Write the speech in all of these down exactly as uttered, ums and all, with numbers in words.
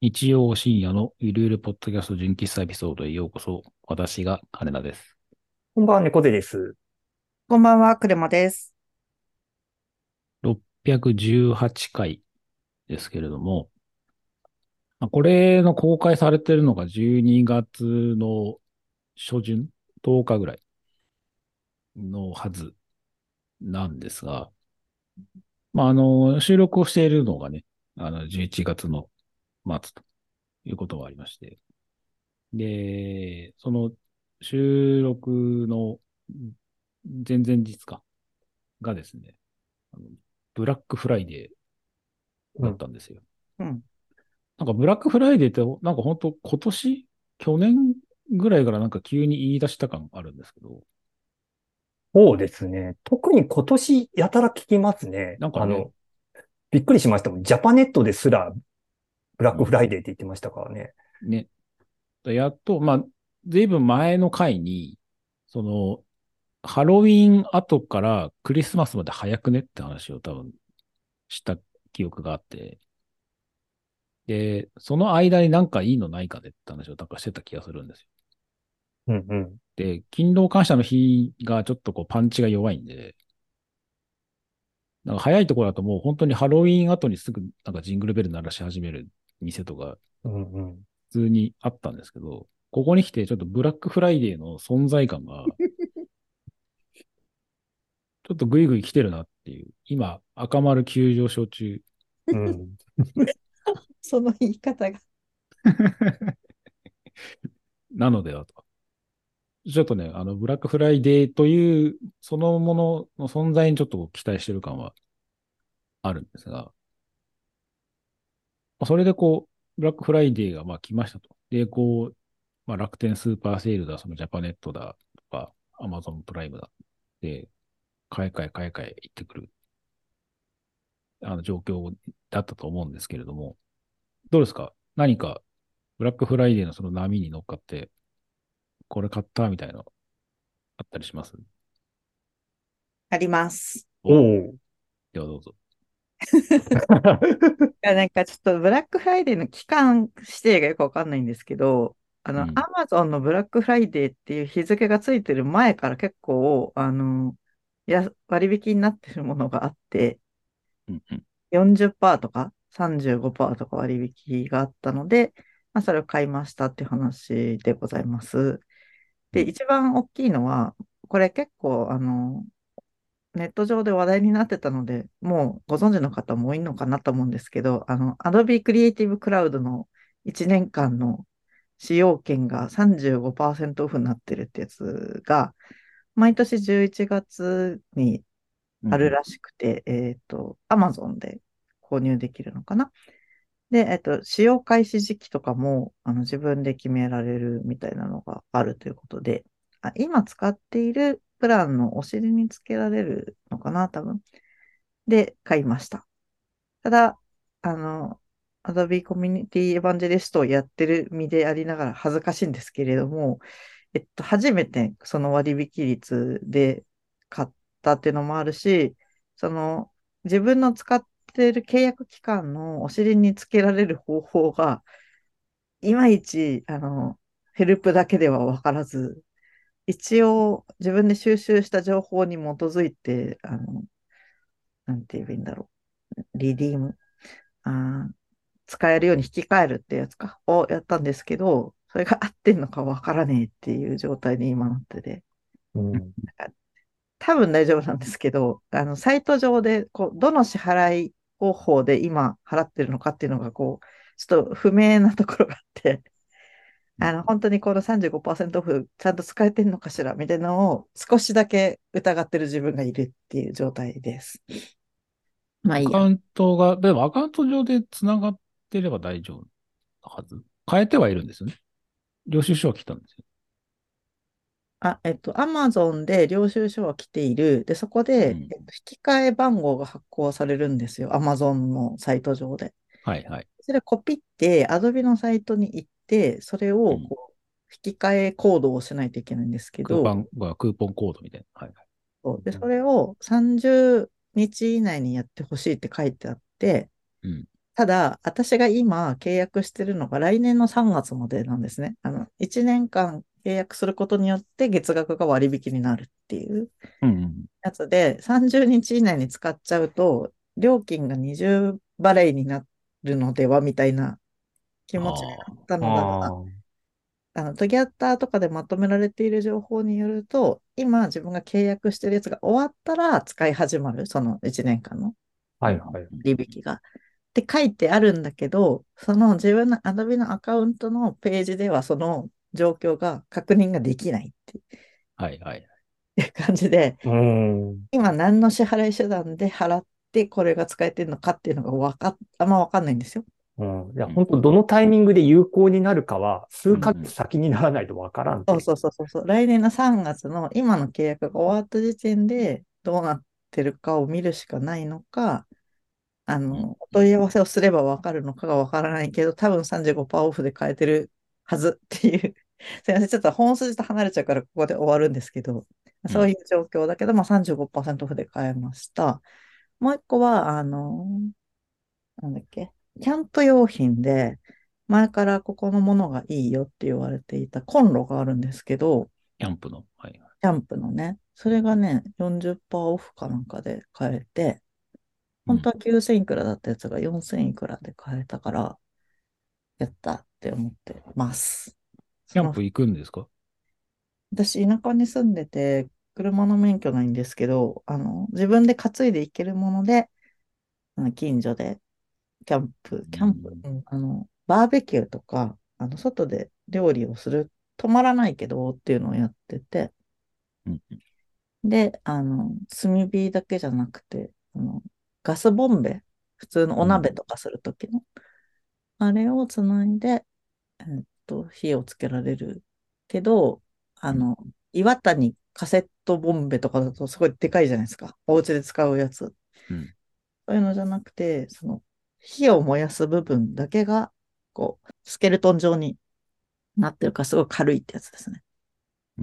日曜深夜のゆるゆるポッドキャスト純喫茶エピソードへようこそ。私が金田です。 こんばんは、猫背です。 こんばんは、車です。 ろっぴゃくじゅうはちかいですけれども、まあこれの公開されているのがじゅうにがつの初旬、とおかぐらいのはずなんですが、まあ、あの、収録をしているのがね、あの、じゅういちがつの末ということがありまして、で、その収録の前々日かがですね、あのブラックフライデーだっうん。 たんですよ。 うん。 なんかブラックフライデーって、なんか本当今年、去年ぐらいからなんか急に言い出した感あるんですけど、 そうですね。特に今年やたら聞きますね。 なんかね、 あの、びっくりしましたもん。ジャパネットですらブラックフうん、 ライデーって言ってましたからね。 ね、やっと、まあ、ずいぶん前の回に、その、ハロウィン後からクリスマスまで早くねって話を多分した記憶があって、で、その間になんかいいのないかねって話をなんかしてた気がするんですよ。 うんうん。 で、勤労感謝の日がちょっとこうパンチが弱いんで、なんか早いところだともう本当にハロウィーン後にすぐなんかジングルベル鳴らし始める店とかうんうん。 普通にあったんですけど、ここに来てちょっとブラックフライデーの存在感がちょっとグイグイ来てるなっていう。今、赤丸急上昇中うん。 その言い方が。 なのではと。ちょっとね、あの、ブラックフライデーというそのものの存在にちょっと期待してる感はあるんですが、それでこう、ブラックフライデーがまあ来ましたと。で、こう、まあ、楽天スーパーセールだ、そのジャパネットだとか、アマゾンプライムだ。で、買い替え買い替え行ってくる、あの状況だったと思うんですけれども、どうですか？何か、ブラックフライデーのその波に乗っかって、これ買ったみたいなのあったりします？ あります。 おお、 お。 ではどうぞ。 いや、なんかちょっとブラックフライデーの期間指定がよくわかんないんですけど、あの、 うん。 アマゾンのブラックフライデーっていう日付がついてる前から結構、あの、や、割引になってるものがあって、 うん。うん。 よんじゅっパーセントとかさんじゅうごパーセントとか割引があったので、まあ、それを買いましたっていう話でございます。で、 うん。 一番大きいのは、これ結構、あの、ネット上で話題になってたので、もうご存知の方も多いのかなと思うんですけど、あの、Adobe Creative Cloud のいちねんかんの使用券がさんじゅうごパーセントオフになってるってやつが、毎年じゅういちがつにうん。うん。 あるらしくて、えっと、Amazon で購入できるのかな。で、えっと、使用開始時期とかも、あの、自分で決められるみたいなのがあるということで、あ、今使っているプランのお尻につけられるのかな、多分。で、買いました。ただ、あの、Adobe Community Evangelist をやってる身でありながら恥ずかしいんですけれども、えっと、初めてその割引率で買ったっていうのもあるし、その、自分の使っている契約期間のお尻につけられる方法が、いまいち、あの、ヘルプだけでは分からず、一応自分で収集した情報に基づいて、あの、なんて言えばいいんだろう。リディーム、あー、使えるように引き換えるってやつか、をやったんですけど、それが合ってんのか分からねえっていう状態に今なってて、 うん。 多分大丈夫なんですけど、あの、サイト上で、こう、どの支払い方法で今払ってるのかっていうのが、こう、ちょっと不明なところがあって、あの、本当にこのさんじゅうごパーセントオフちゃんと使えてるのかしらみたいなのを少しだけ疑ってる自分がいるっていう状態です。まあいいや。 アカウントが、でもアカウント上で繋がってれば大丈夫なはず。変えてはいるんですよね。領収書は来たんですよ。 あ、えっと、Amazon で領収書は来ている。で、そこで、 うん。 えっと、引き換え番号が発行されるんですよ。Amazon のサイト上で。 はいはい。 それコピって、Adobe のサイトに行って、それうん。 をこう引き換えコードをしないといけないんですけど、 クーパン、クーポンコードみたいな。はいはい。 そうで、それをさんじゅうにち以内にやってほしいって書いてあって、 うん。 ただ、私が今契約してるのが来年のさんがつまでなんですね。あの、いちねんかん契約することによって月額が割引になるっていううんうんやつで、さんじゅうにち以内に使っちゃうと、料金がにじゅう払いになるのではみたいな気あ持ちになったあのだが、 あ、 あの、トギャッターとかでまとめられている情報によると、今自分が契約してるやつが終わったら使い始まる、そのいちねんかんのあ。 はいはい。 割引が。って書いてあるんだけど、その自分の Adobe のアカウントのページではその状況が確認ができないってはいはい。 いう感じで、 うーん。 今何の支払い手段で払ってこれが使えてるのかっていうのがわかっ、あんまわかんないんですよ。 うん。いや、 うん本当どのタイミングで有効になるかは、数ヶ月うんうん。 先にならないとわからんっていう。 そうそうそうそうそう。来年のさんがつの今の契約が終わった時点でどうなってるかを見るしかないのか、あうんの、お問い合わせをすればわかるのかがわからないけど、多分さんじゅうごパーセントオフで買えてるはずっていう。すいません、ちょっと本筋と離れちゃうからここで終わるんですけど、 うんそういう状況だけど、まあ、さんじゅうごパーセントオフで買えました。もう一個は、あの、なんだっけ、キャンプ用品で、前からここのものがいいよって言われていたコンロがあるんですけど、 キャンプの。はいはい。 キャンプのね、それがね、よんじゅっパーセントオフかなんかで買えて、本当うん。 はきゅうせんいくらだったやつがよんせんいくらで買えたから、やったって思ってます。その、 キャンプ行くんですか？ 私、田舎に住んでて、車の免許ないんですけど、あの、自分で担いで行けるもので、あの近所でキャンプ、 うキャンプ、 んうんあの、バーベキューとか、あの、外で料理をする、泊まらないけどっていうのをやってて、 うんで、あの、炭火だけじゃなくて、あの、ガスボンベ、普通のおうん鍋とかするときの、あれをつないで、えっと、火をつけられるけど、あうんの、岩田にカセットボンベとかだとすごいでかいじゃないですか。お家で使うやつ。 うんそういうのじゃなくて、その、火を燃やす部分だけが、こう、スケルトン状になってるから、すごい軽いってやつですね。 うん。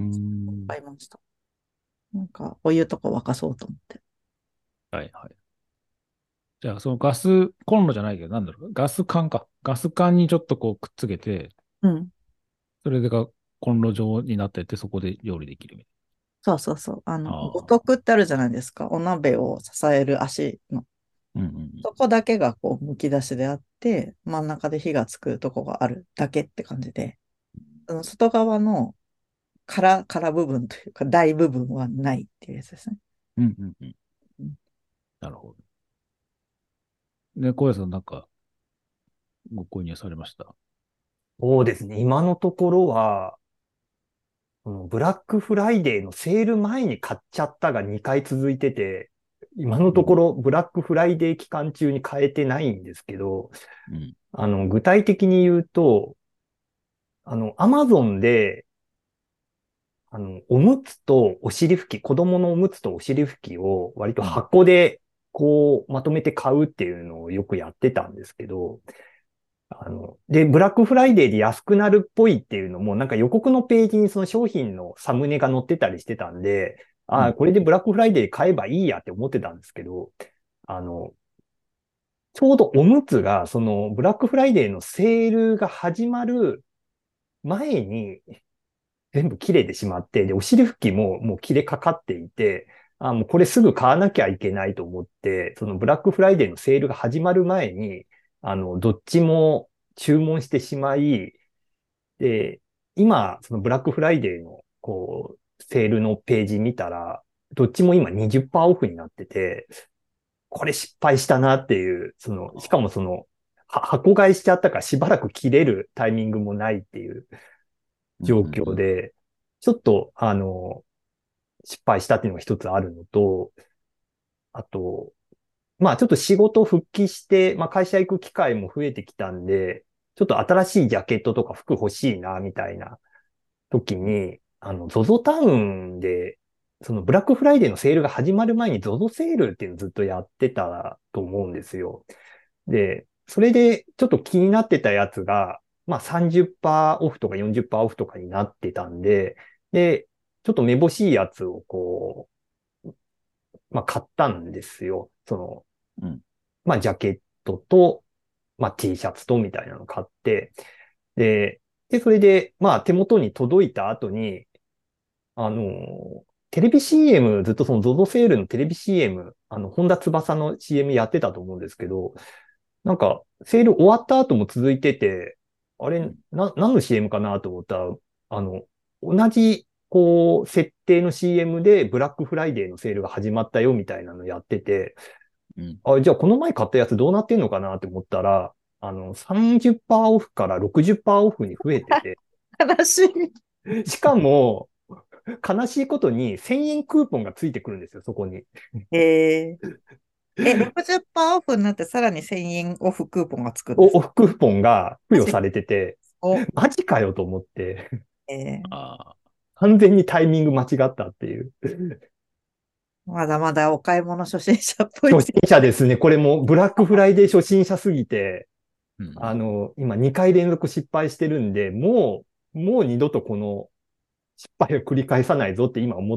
買いました。なんか、お湯とか沸かそうと思って。 はいはい。じゃあ、そのガスコンロじゃないけど、なんだろう。ガス管か。ガス管にちょっとこうくっつけて、 うん。 それがコンロ状になってて、そこで料理できるみたいそうそうそう。あな。 の、五ああ。 徳ってあるじゃないですか。お鍋を支える足の。 うんうんそこだけがこう、むき出しであって、真ん中で火がつくとこがあるだけって感じで、その外側の殻、殻部分というか、大部分はないっていうやつですね。 うん。うんうんうん。 うん。 なるほど。で、小屋さんなんかご購入されました？ そうですね。今のところは、このブラックフライデーのセール前に買っちゃったがにかい続いてて、今のとこうん。 ろブラックフライデー期間中に買えてないんですけど、 うん。 あの、具体的に言うと、あの、アマゾンで、あの、おむつとお尻拭き、子供のおむつとお尻拭きを割とうん。 箱でこうまとめて買うっていうのをよくやってたんですけど、あの、で、ブラックフライデーで安くなるっぽいっていうのも、なんか予告のページにその商品のサムネが載ってたりしてたんで、ああ、 うん。 これでブラックフライデー買えばいいやって思ってたんですけど、あの、ちょうどおむつが、そのブラックフライデーのセールが始まる前に全部切れてしまって、で、お尻拭きももう切れかかっていて、あ、もうこれすぐ買わなきゃいけないと思って、そのブラックフライデーのセールが始まる前に、あの、どっちも注文してしまい、で、今、そのブラックフライデーの、こう、セールのページ見たら、どっちも今にじゅっパーセントオフになってて、これ失敗したなっていう、その、しかもその、は箱買いしちゃったからしばらく切れるタイミングもないっていううん。 状うん。 況で、ちょっと、あの、失敗したっていうのが一つあるのと、あと、まあちょっと仕事復帰して、まあ会社行く機会も増えてきたんで、ちょっと新しいジャケットとか服欲しいな、みたいな時に、あの、ゾゾタウンで、そのブラックフライデーのセールが始まる前に ゾゾ セールっていうのをずっとやってたと思うんですよ。で、それでちょっと気になってたやつが、まあさんじゅっパーセントオフとかよんじゅっパーセントオフとかになってたんで、で、ちょっとめぼしいやつをこう、まあ買ったんですよ。その、 うん。 まあジャケットと、 まあ T シャツとみたいなの買って、で、で、それで、まあ手元に届いた後に、あの、テレビ シーエム、ずっとその ゾゾ セールのテレビ シーエム、あの、本田翼の シーエム やってたと思うんですけど、なんか、セール終わった後も続いてて、あれ、な、何の シーエム かなと思ったら、あの、同じ、こう、設定の シーエム でブラックフライデーのセールが始まったよみたいなのやってて、 うん。 あ、じゃあこの前買ったやつどうなってんのかなって思ったら、あの、さんじゅっパーセントオフからろくじゅっパーセントオフに増えてて、 悲しい。 しかも、悲しいことにせんえんクーポンがついてくるんですよ、そこに。 えー、え、ろくじゅっパーセントオフになってさらにせんえんオフクーポンがつくんですお、オか？ フクーポンが付マジ？ 与されてて、 お、 マジかよと思って、 えー、 ああ、 完全にタイミング間違ったっていう。 まだまだお買い物初心者っぽい。 初心者ですね。これもブラックフライデー初心者すぎて、 うん。 あの、今にかい連続失敗してるんで、もう、もう二度とこの失敗を繰り返さないぞって今思って、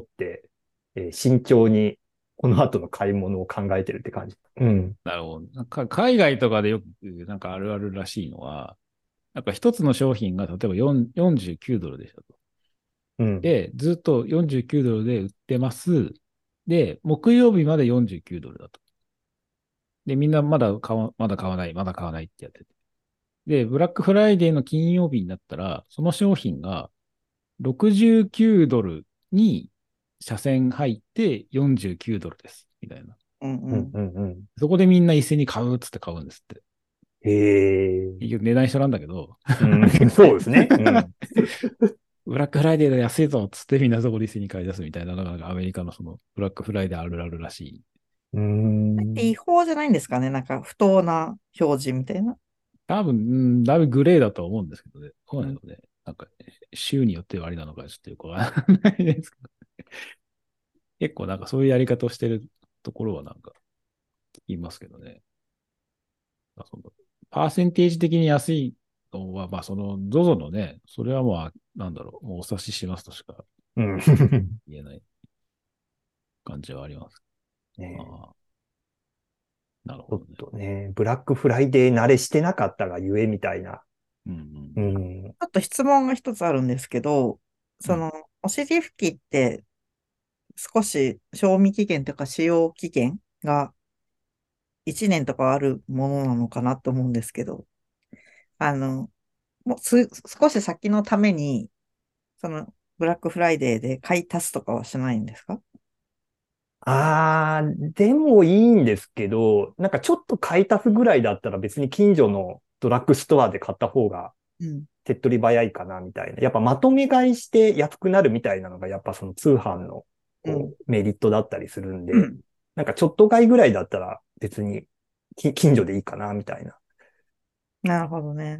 えー慎重にこの後の買い物を考えてるって感じ。うん。 なるほど。なんか海外とかでよくなんかあるあるらしいのは、なんか一つの商品が例えばよん よんじゅうきゅうドルでしたと。 うん。 で、ずっとよんじゅうきゅうドルで売ってます。で、木曜日までよんじゅうきゅうドルだと。で、みんなまだ買わ、まだ買わない、まだ買わないってやってて。で、ブラックフライデーの金曜日になったら、その商品がろくじゅうきゅうドルに車線入ってよんじゅうきゅうドルです。みたいな。 うんうん、 うん。 うん、うん。 そこでみんな一斉に買うっつって買うんですって。 へえ。 結局値段一緒なんだけど、 うん、そうですね。うん。 ブラックフライデーで安いぞっつってみんなそこで一斉に買い出すみたいな、なかなかアメリカのそのブラックフライデーあるあるらしい。 うーん。 違法じゃないんですかね？なんか不当な表示みたいな。 多分、うん、だいぶグレーだと思うんですけどね。そううん。 なんですよね。なんか、州によってはありなのかちょっとよくわかんないですけど。結構なんかそういうやり方をしてるところはなんか言いますけどね。そのパーセンテージ的に安いのは、まあその ゾゾ のね、それはまあ、なんだろう、もうお察ししますとしかうん。 言えない感じはあります。 ねああ、なるちょっほどね。 とね、ブラックフライデー慣れしてなかったがゆえみたいな。 うんうんううん。 ん。 ちょっと質問が一つあるんですけど、 うん。 その、お尻拭きって少し賞味期限とか使用期限がいちねんとかあるものなのかなと思うんですけど、あの、もうす、少し先のために、その、ブラックフライデーで買い足すとかはしないんですか？ ああ、でもいいんですけど、なんかちょっと買い足すぐらいだったら別に近所のドラッグストアで買った方がうん。 手っ取り早いかなみたいな。やっぱまとめ買いして安くなるみたいなのがやっぱその通販のうん。 こうメリットだったりするんで、なんかちょっと買いぐらいだったら別にき近所でいいかなみたいな。 なるほどね。 うん。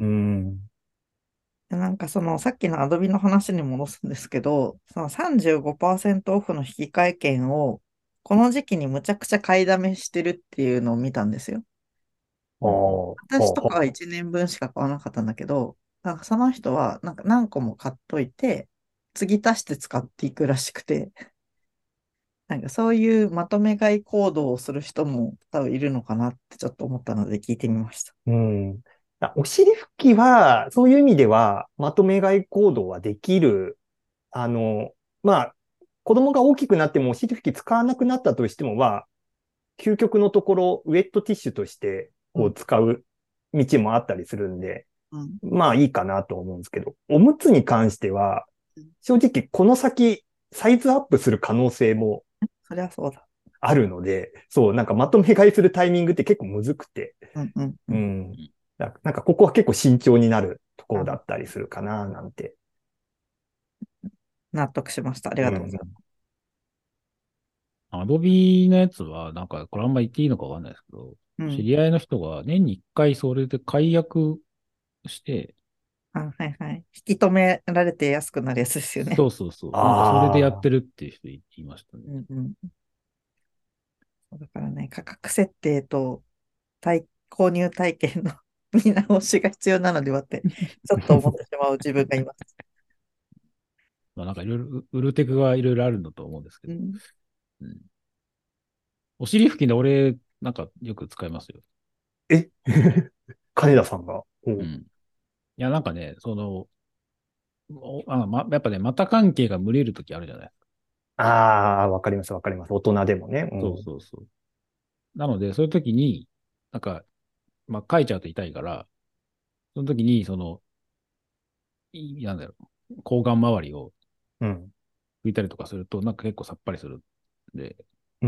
なんかそのさっきのアドビの話に戻すんですけど、そのさんじゅうごパーセントオフの引換券をこの時期にむちゃくちゃ買いだめしてるっていうのを見たんですよ。 ああ、ほ私とかはうほいちねんぶんしか買わなかったんだけど、なんかその人はなんか何個も買っといて、継ぎ足して使っていくらしくて、なんかそういうまとめ買い行動をする人も多分いるのかなってちょっと思ったので聞いてみました。 う。うん。あお尻拭きは、そういう意味では、まとめ買い行動はできる。あの、まあ、子供が大きくなってもお尻拭き使わなくなったとしても、まあ、究極のところ、ウェットティッシュとして、こう、 うん。 使う道もあったりするんで、 うん。 まあいいかなと思うんですけど、おむつに関しては、 うん。 正直この先、サイズアップする可能性もそりゃそうだ。 あるので、そう、なんかまとめ買いするタイミングって結構むずくて、 うんうんうん。 うん。ななんかここは結構慎重になるところだなるほど。 ったりするかな、なんて。 納得しました。ありうがとうございん。 ます。 アドビのやつは、なんか、これあんま言っていいのかわかんないですけど、 うん。 知り合いの人が年に一回それで解約して、 あ、はいはい。引き止められて安くなるやつですよね。 そうそうそう、なんかそれでやっああ、 てるっていう人言いましたね。 うんうん。そうだからね、価格設定と体購入体験の見直しが必要なのではって、ちょっと思ってしまう自分がいます。 まあなんかいろいろ、ウルテクがいろいろあるんだと思うんですけど、 うん。 うん、お尻拭きで俺、なんかよく使いますよ。 え金田さんが。おうん。いや、なんかね、その、おあのま、やっぱね、股関係が蒸れるときあるじゃない。 ああ、わかります、わかります。大人でもね。うそうん。 そうそう。なので、そういうときに、なんか、まあ、書いちゃうと痛いから、その時に、その、いなんだろう、抗がん周りをうん。 拭いたりとかすると、なんか結構さっぱりするんで、 うん。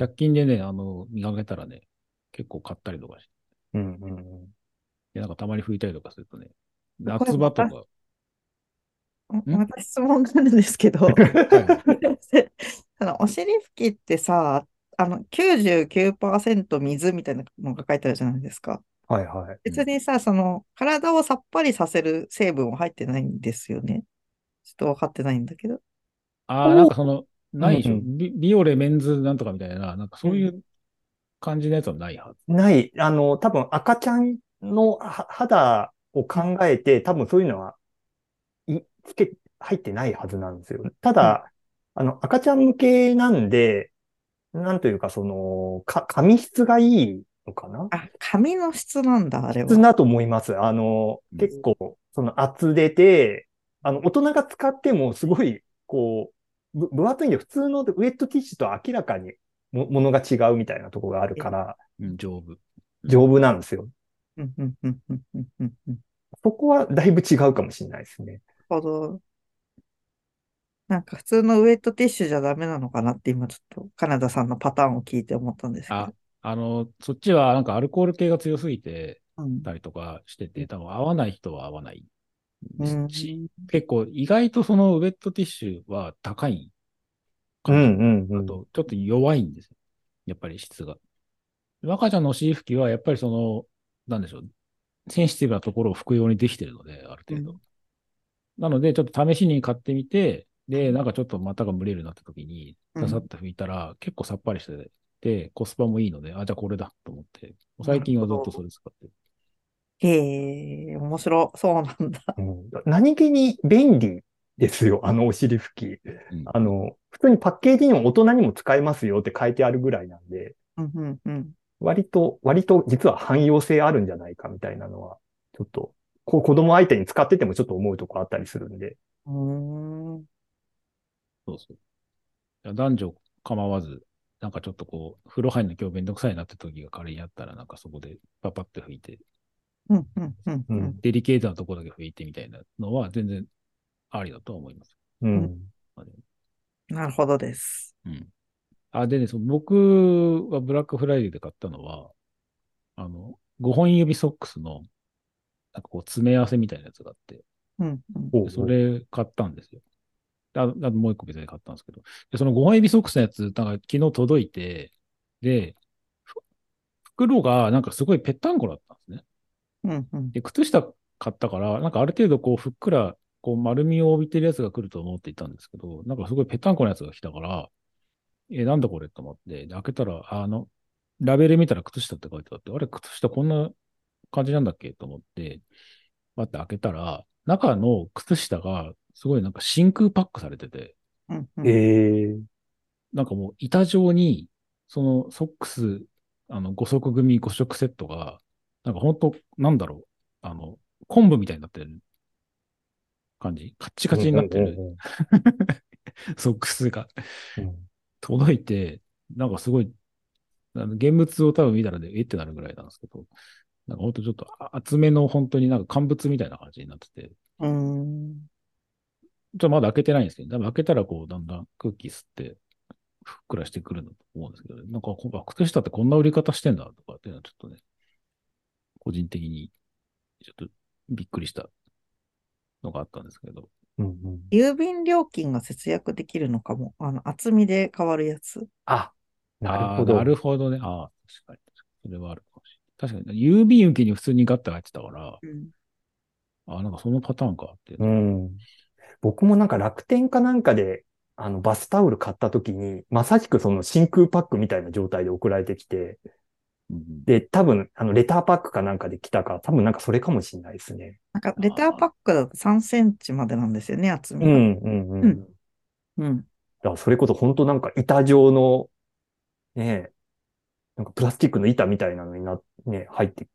ひゃく均でね、あの、磨けたらね、結構買ったりとかして、 うん。うん。 で、なんかたまに拭いたりとかするとね、 これまた、 夏場とか、んまた質問があるんですけど、 はいはい。 あの、お尻拭きってさ、あの、きゅうじゅうきゅうパーセント水みたいなのが書いてあるじゃないですか。 はいはい。 うん、 別にさ、その、体をさっぱりさせる成分は入ってないんですよね。ちょっと分かってないんだけど。 ああ、なんおかその、ないでしょ。 うん。 ビ、ビオレメンズなんとかみたいな、なんかうん。 そういう感じのやつはないはず。 ない、あの、多分赤ちゃんのは肌をうん。 考えて、多分そういうのは、い、つけ、入ってないはずなんですよ。たうん。 だ、あの、赤ちゃん向けなんで、なんというか、その、か、髪質がいいのかなあ、髪の質なんだ、あれは。 質だと思います。あの、 うん。 結構、その厚手で、あの、大人が使ってもすごい、こう、ぶ分厚いんで、普通のウェットティッシュと明らかにも、ものが違うみたいなところがあるえから、 うん、丈夫。うん。 丈夫なんですよ。 うん、うん、うん、うん、うん、うん。うん。 そこはだいぶ違うかもしれないですね。 なるほど。なんか普通のウェットティッシュじゃダメなのかなって今ちょっとカナダさんのパターンを聞いて思ったんですけど。 あ、あの、そっちはなんかアルコール系が強すぎてうん。 たりとかしてて、多分合わない人は合わないうし、 ん。 結構意外とそのウェットティッシュは高い感じ。 うんうんうん。 あと、ちょっと弱いんですよ。やっぱり質が。赤ちゃんのお尻拭きはやっぱりその、なんでしょう。センシティブなところを拭くようにできてるので、ある程度。 うん。 なので、ちょっと試しに買ってみて、で、なんかちょっと股が蒸れるなって時に、 うん。 ささっと拭いたら、結構さっぱりしてて、コスパもいいので、あ、じゃあこれだと思って、 なる最近はずっとそほど。 れ使ってる。 へえ、面白そうなんだ。 うん、何気に便利ですよ、あのお尻拭き。 うん。 あの、普通にパッケージにも大人にも使えますよって書いてあるぐらいなんで、 うん、うん、うん。 割と、割と実は汎用性あるんじゃないかみたいなのは、ちょっと、こう子供相手に使っててもちょっと思うとこあったりするんで。 うーん。 そうそう。いや男女構わず、なんかちょっとこう、風呂入るの今日めんどくさいなって時が仮にあったら、なんかそこでパパって拭いて、 うん、うん、うん、うん。 うん。 デリケートなところだけ拭いてみたいなのは全然ありだとは思います。 ううん。 ん。 まあでもなるほどです。 うん。あ、でね、その僕はブラックフライデーで買ったのは、あの、ごほん指ソックスの、なんかこう、詰め合わせみたいなやつがあって、 うん、うん。 で、そほうほれ買ったんですよ。あ、あともう一個別に買ったんですけど、で、そのごほん指ソックスのやつ、なんか昨日届いて、で、ふ袋がなんかすごいぺったんこだったんですね。 うん、うん。 で、靴下買ったから、なんかある程度こう、ふっくら、こう、丸みを帯びてるやつが来ると思っていたんですけど、なんかすごいぺったんこのやつが来たから、え、なんだこれと思って、で、開けたら、あの、ラベル見たら靴下って書いてあって、あれ、靴下こんな感じなんだっけと思って、待って開けたら、中の靴下がすごいなんか真空パックされてて、 うん、うう。えん。 えなんかもう板状に、そのソックス、あのご足組ご色セットが、なんか本当なんだろう、あの、昆布みたいになってる感じカッチカチにうんうんなってるうんソックスがうん。 届いて、なんかすごい、あの現物を多分見たらね、えってなるぐらいなんですけど、なんか本当ちょっと厚めの本当になんか乾物みたいな感じになってて、 うーん。 ちょっとまだ開けてないんですけど、多分開けたらこう、だんだん空気吸って、ふっくらしてくるんだと思うんですけど、ね、なんか、あ靴下ってこんな売り方してんだとかっていうのはちょっとね、個人的にちょっとびっくりしたのがあったんですけど。 うんうん。 郵便料金が節約できるのかも。あの、厚みで変わるやつ。 あ、なるああ、なほど。 るほどね。ああ、確かに。それはあるかもしれない。確かに、郵便受けに普通にガッて入ってたから、 うん。 ああ、なんかそのパターンかっていううのは。 ん。僕もなんか楽天かなんかで、あの、バスタオル買った時に、まさしくその真空パックみたいな状態で送られてきて、 うんうん、 で、多分、あの、レターパックかなんかで来たか、多分なんかそれかもしれないですね。 なんか、レターパッああ、 クだとさんセンチまでなんですよね、厚みが。 うん、うん、ううん。 ん。 うん。 だからそれこそ本当なんか板状の、ね、なんかプラスチックの板みたいなのにな、ね、入って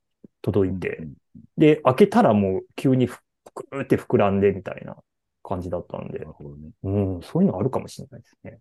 届うん、ういて、 ん。 で、開けたらもう急にふくーって膨らんでみたいな感じだったんで、 なるほどね。 うん、そういうのあるかもしれないですね。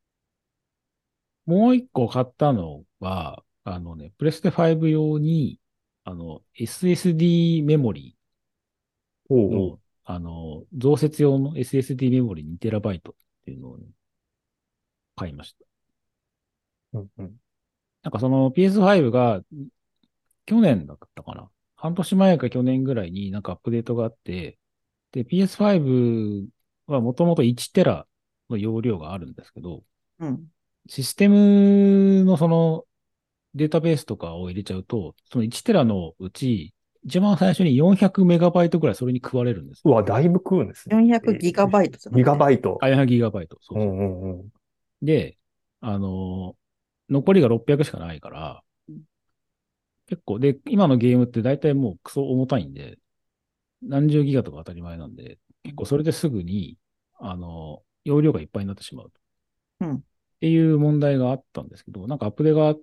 もう一個買ったのは、あのね、プレステファイブ用に、あの、エスエスディー メモリおうおう。 の、あの、増設用の エスエスディー メモリ にテラバイトっていうのをね、買いました。 うんうん。 なんかその ピーエスファイブ が去年だったかな。半年前か去年ぐらいになんかアップデートがあって、で、ピーエスファイブ はもともといちテラの容量があるんですけど、 うん。 システムのそのデータベースとかを入れちゃうと、そのいちテラのうち、一番最初によんひゃくメガバイトぐらいそれに食われるんです。 うわ、だいぶ食うんですね。 よんひゃくえギガバイトじゃなギガくて。 バイト。 あ、よんひゃくギガバイト。そうそう。 うんうんうん。 で、あの、残りがろっぴゃくしかないから、結構、で、今のゲームって大体もうクソ重たいんで、何十ギガとか当たり前なんで、結構それですぐに、あの、容量がいっぱいになってしまううん。 っていう問題があったんですけど、なんかアップデがあって、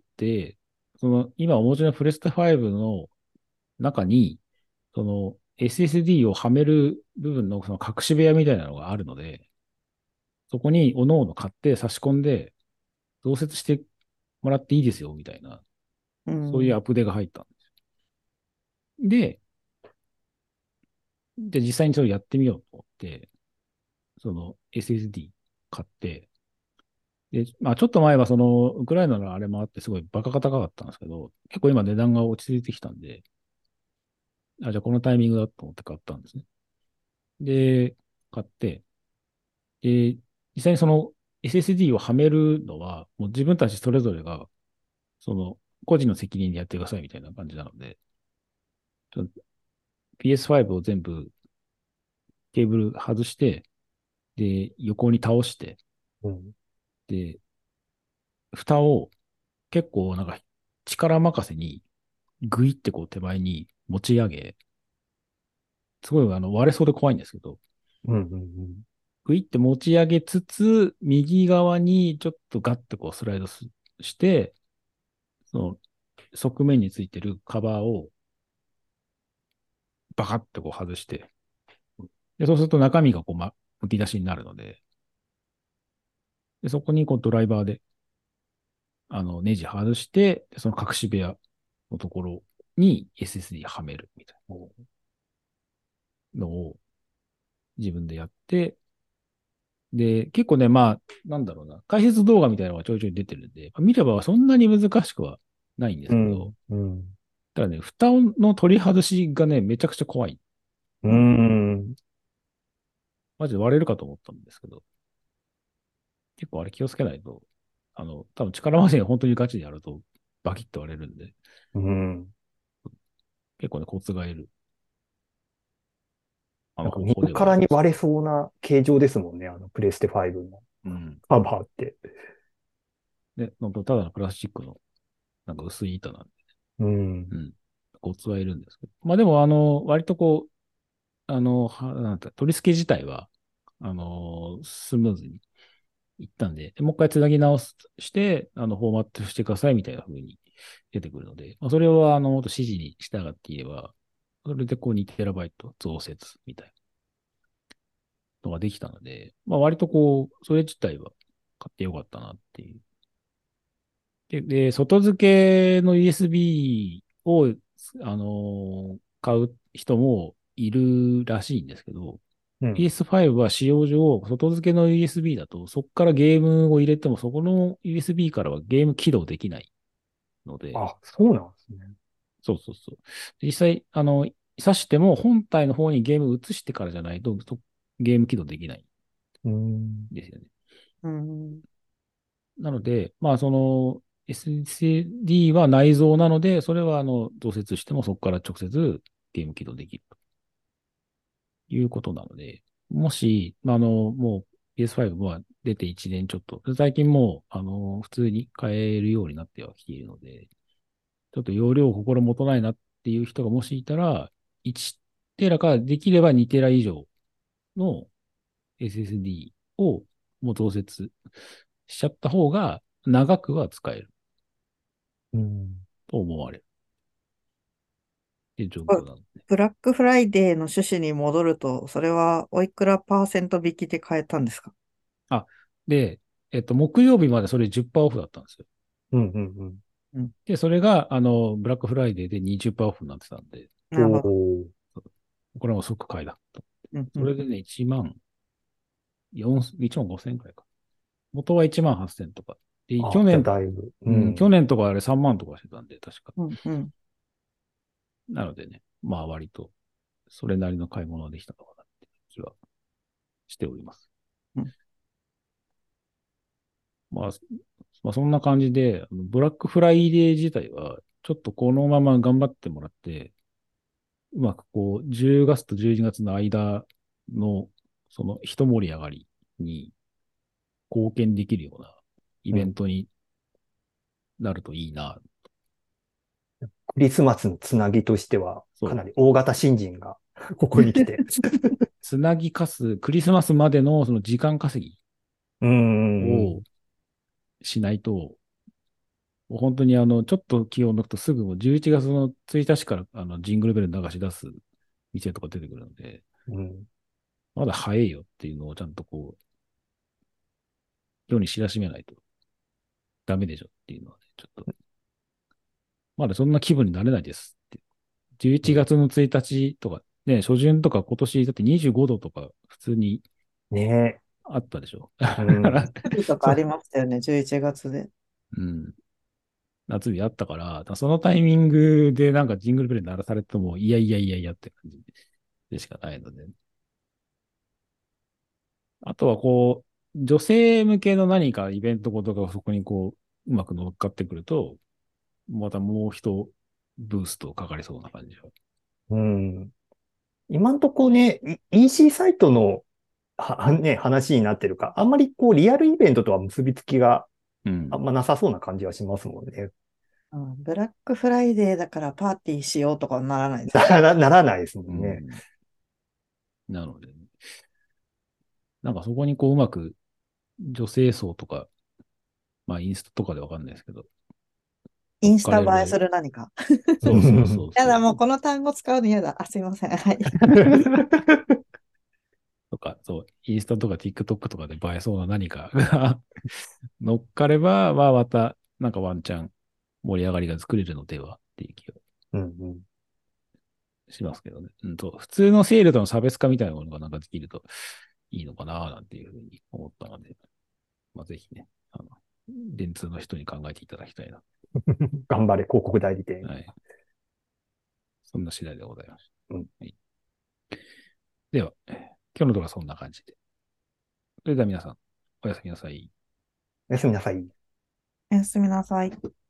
その、今お持ちのプレステファイブの中に、その エスエスディー をはめる部分のその隠し部屋みたいなのがあるので、そこに各々買って差し込んで、増設してもらっていいですよ、みたいな、そういううん。 アップデが入ったんです。で、で、実際にそれをやってみようと思って、その エスエスディー 買って、で、まあちょっと前はその、ウクライナのあれもあってすごいバカ高かったんですけど、結構今値段が落ち着いてきたんで、あ、じゃあこのタイミングだと思って買ったんですね。で、買って、で、実際にその エスエスディー をはめるのは、もう自分たちそれぞれが、その、個人の責任でやってくださいみたいな感じなので、ピーエスファイブ を全部ケーブル外して、で、横に倒して、 うん。 で、蓋を結構なんか力任せにグイってこう手前に持ち上げ、すごいあの割れそうで怖いんですけど、 うんうんうん。 グイって持ち上げつつ、右側にちょっとガッてこうスライドすして、その側面についてるカバーをバカッてこう外して、で、そうすると中身がこう、ま、むき出しになるので、でそこにこうドライバーで、あの、ネジ外して、その隠し部屋のところに エスエスディー はめるみたいなのを自分でやって、で、結構ね、まあ、なんだろうな、解説動画みたいなのがちょいちょい出てるんで、見ればそんなに難しくはないんでうすけど、 んうん。 ただね、蓋の取り外しがね、めちゃくちゃ怖い。 うん。 マジで割れるかと思ったんですけど、結構あれ気をつけないと、あの、多分力回しが本当にガチでやると、バキッと割れるんで、 うん。 結構ね、コツがいる、あの、 なんか方法見るからではあります。 に割れそうな形状ですもんね。あの、プレステファイブのうん。 カバーって。 で、本当ただのプラスチックの、なんか薄い板なんで、 うん。 うん。コツはいるんですけど。まあでも、あの、割とこう、あの、はなんて取り付け自体は、あの、スムーズにいったんで、でもう一回つなぎ直すして、あの、フォーマットしてくださいみたいな風に出てくるので、まあ、それは、あの、もっと指示に従っていれば、それでこう にテラバイト増設みたいなのができたので、まあ割とこう、それ自体は買ってよかったなっていう。で、で外付けの ユーエスビー を、あの買う人もいるらしいんですけど、 うん。 ピーエスファイブ は使用上、外付けの ユーエスビー だと、そこからゲームを入れても、そこの ユーエスビー からはゲーム起動できないので、 あ、そうなんですね。 そうそうそう。実際、あの、挿しても本体の方にゲーム移してからじゃないと、ゲーム起動できないうん。 んですよね。 うん。 なので、まあ、その エスエスディー は内蔵なので、それはあの増設してもそこから直接ゲーム起動できるということなので、もし、まあ、あの、もう ピーエスファイブ は出ていちねんちょっと、最近もう、あの、普通に買えるようになってはきているので、ちょっと容量を心もとないなっていう人がもしいたら、いちテラかできればにテラ以上の エスエスディー をもう増設しちゃった方が長くは使えるうん。 と思われる。 ていう状況なので。 ブラックフライデーの趣旨に戻ると、それはおいくらパーセント引きで買えたんですか？ あ、で、えっと、木曜日までそれじゅっパーセントオフだったんですよ。 うんうんうん。 で、それが、あの、ブラックフライデーでにじゅっパーセントオフになってたんで、 うん。 なるほど。 おー。 これはもう即買いだと。 うんうん。 それでね、いちまんよん、いちまんごせんくらいか。元はいちまんはっせんとか。で、去あ、じゃあ年、 だいぶ。ううん、去ん。 年とかあれさんまんとかしてたんで、確か。 うんうん。 なのでね、まあ割と、それなりの買い物ができたのかなって気はしております。 うん。 まあ、まあそんな感じで、ブラックフライデー自体は、ちょっとこのまま頑張ってもらって、うまくこう、じゅうがつとじゅうにがつの間の、その一盛り上がりに貢献できるようなイうん。 ベントになるといいな。 クリスマスのつなぎとしては、かそう。 なり大型新人がここに来て。 つなぎかす、クリスマスまでのその時間稼ぎうんうんうをん。 しないと、本当にあの、ちょっと気を抜くとすぐもうじゅういちがつのついたちからあのジングルベル流し出す店とか出てくるので、 うん。 まだ早いよっていうのをちゃんとこう、世に知らしめないとダメでしょっていうのはね、ちょっと、まだそんな気分になれないですって。11 うん。 月のついたちとか、ね、初旬とか今年だってにじゅうごどとか普通にねあったでしょ。 え。うだから、 ん。 とかありましたよね、じゅういちがつで。 うん、夏日あったから、そのタイミングでなんかジングルベル鳴らされても、いやいやいやいやって感じでしかないので。あとはこう、女性向けの何かイベントことがそこにこう、うまく乗っかってくると、またもう一ブーストかかりそうな感じは。 うん。今んとこね、イ イーシー サイトのは、はね、話になってるか、あんまりこう、リアルイベントとは結びつきがうん。 あんまなさそうな感じはしますもんね。 うん、ブラックフライデーだからパーティーしようとかならないですよね。 なら、ならないですもんね。 うん。なので、なんかそこにこううまく女性層とか、まあインスタとかでわかんないですけど、乗っインスタ映えすかれる。 る何か。 そうそうそうやだ、 そう。 もうこの単語使うの嫌だ。あ、すいません。はい。 とか、そう、インスタとか TikTok とかで映えそうな何かが乗っかれば、まあまた、なんかワンチャン盛り上がりが作れるのではっていう気がうんうん。 しますけどね。うんと、普通のセールとの差別化みたいなものがなんかできるといいのかななんていうふうに思ったので、まあぜひね、あの、電通の人に考えていただきたいな。 頑張れ、広告代理店。 はい。そんな次第でございます。 うん。 はい、では、今日の動画はそんな感じで。それでは皆さん、おやすみなさい。 おやすみなさい。 おやすみなさい。